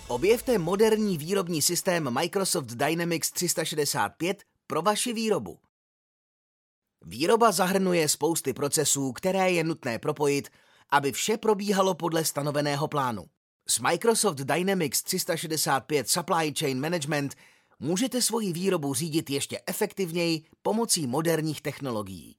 Objevte moderní výrobní systém Microsoft Dynamics 365 pro vaši výrobu. Výroba zahrnuje spousty procesů, které je nutné propojit, aby vše probíhalo podle stanoveného plánu. S Microsoft Dynamics 365 Supply Chain Management můžete svoji výrobu řídit ještě efektivněji pomocí moderních technologií.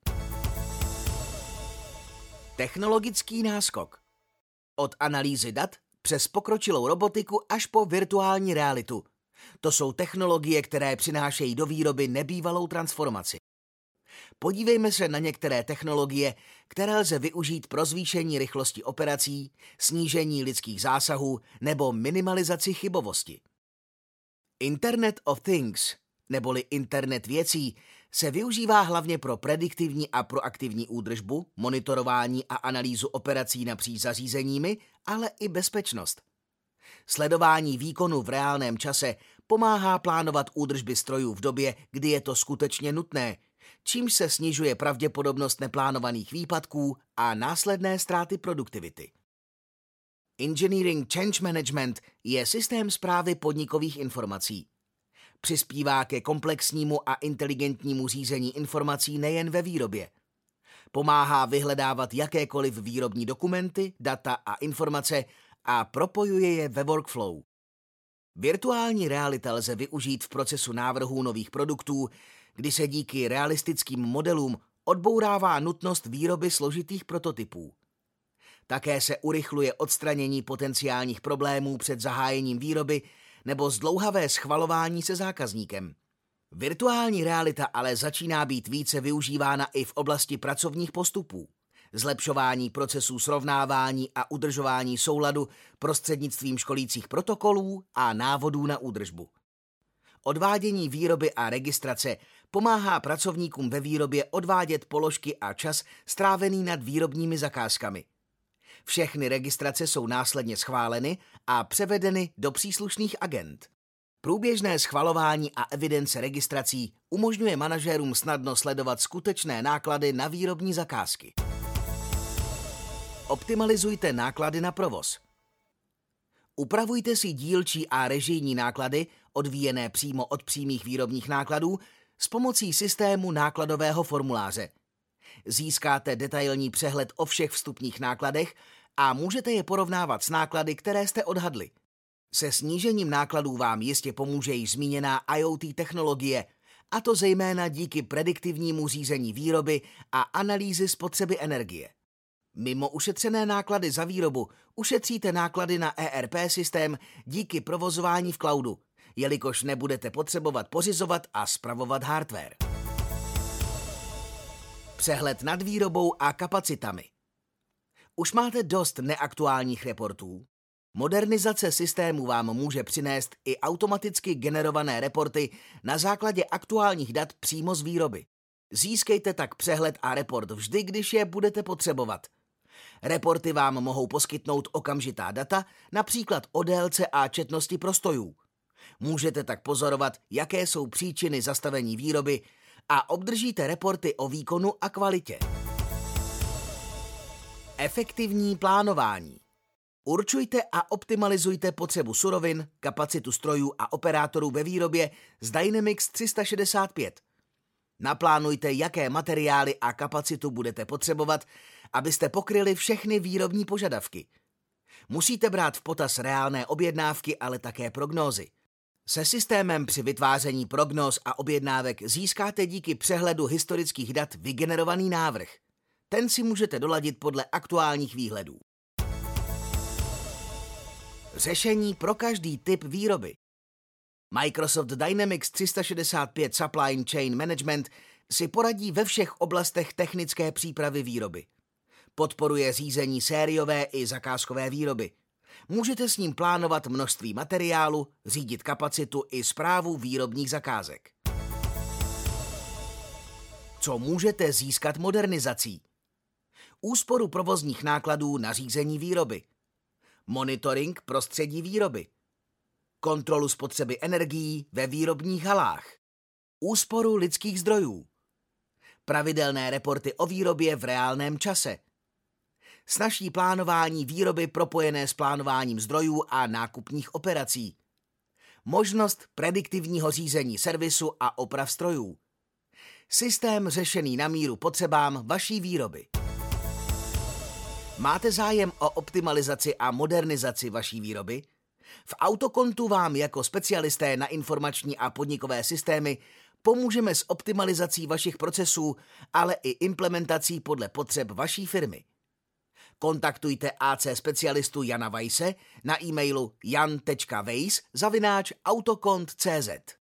Technologický náskok. Od analýzy dat přes pokročilou robotiku až po virtuální realitu. To jsou technologie, které přinášejí do výroby nebývalou transformaci. Podívejme se na některé technologie, které lze využít pro zvýšení rychlosti operací, snížení lidských zásahů nebo minimalizaci chybovosti. Internet of Things, neboli Internet věcí, se využívá hlavně pro prediktivní a proaktivní údržbu, monitorování a analýzu operací napříč zařízeními, ale i bezpečnost. Sledování výkonu v reálném čase pomáhá plánovat údržby strojů v době, kdy je to skutečně nutné, čímž se snižuje pravděpodobnost neplánovaných výpadků a následné ztráty produktivity. Engineering Change Management je systém správy podnikových informací. Přispívá ke komplexnímu a inteligentnímu řízení informací nejen ve výrobě. Pomáhá vyhledávat jakékoliv výrobní dokumenty, data a informace a propojuje je ve workflow. Virtuální realita lze využít v procesu návrhů nových produktů, kdy se díky realistickým modelům odbourává nutnost výroby složitých prototypů. Také se urychluje odstranění potenciálních problémů před zahájením výroby nebo zdlouhavé schvalování se zákazníkem. Virtuální realita ale začíná být více využívána i v oblasti pracovních postupů, zlepšování procesů srovnávání a udržování souladu prostřednictvím školících protokolů a návodů na údržbu. Odvádění výroby a registrace pomáhá pracovníkům ve výrobě odvádět položky a čas strávený nad výrobními zakázkami. Všechny registrace jsou následně schváleny a převedeny do příslušných agend. Průběžné schvalování a evidence registrací umožňuje manažérům snadno sledovat skutečné náklady na výrobní zakázky. Optimalizujte náklady na provoz. Upravujte si dílčí a režijní náklady, odvíjené přímo od přímých výrobních nákladů, s pomocí systému nákladového formuláře. Získáte detailní přehled o všech vstupních nákladech a můžete je porovnávat s náklady, které jste odhadli. Se snížením nákladů vám jistě pomůže již zmíněná IoT technologie, a to zejména díky prediktivnímu řízení výroby a analýzy spotřeby energie. Mimo ušetřené náklady za výrobu ušetříte náklady na ERP systém díky provozování v cloudu, jelikož nebudete potřebovat pořizovat a spravovat hardware. Přehled nad výrobou a kapacitami. Už máte dost neaktuálních reportů? Modernizace systému vám může přinést i automaticky generované reporty na základě aktuálních dat přímo z výroby. Získejte tak přehled a report vždy, když je budete potřebovat. Reporty vám mohou poskytnout okamžitá data, například o délce a četnosti prostojů. Můžete tak pozorovat, jaké jsou příčiny zastavení výroby a obdržíte reporty o výkonu a kvalitě. Efektivní plánování. Určujte a optimalizujte potřebu surovin, kapacitu strojů a operátorů ve výrobě s Dynamics 365. Naplánujte, jaké materiály a kapacitu budete potřebovat, abyste pokryli všechny výrobní požadavky. Musíte brát v potaz reálné objednávky, ale také prognózy. Se systémem při vytváření prognóz a objednávek získáte díky přehledu historických dat vygenerovaný návrh. Ten si můžete doladit podle aktuálních výhledů. Řešení pro každý typ výroby. Microsoft Dynamics 365 Supply Chain Management si poradí ve všech oblastech technické přípravy výroby. Podporuje řízení sériové i zakázkové výroby. Můžete s ním plánovat množství materiálu, řídit kapacitu i správu výrobních zakázek. Co můžete získat modernizací? Úsporu provozních nákladů na řízení výroby. Monitoring prostředí výroby. Kontrolu spotřeby energií ve výrobních halách. Úsporu lidských zdrojů. Pravidelné reporty o výrobě v reálném čase. Snazší plánování výroby propojené s plánováním zdrojů a nákupních operací. Možnost prediktivního řízení servisu a oprav strojů. Systém řešený na míru potřebám vaší výroby. Máte zájem o optimalizaci a modernizaci vaší výroby? V Autokontu vám jako specialisté na informační a podnikové systémy pomůžeme s optimalizací vašich procesů, ale i implementací podle potřeb vaší firmy. Kontaktujte AC specialistu Jana Weisse na e-mailu jan.weiss@autokont.cz.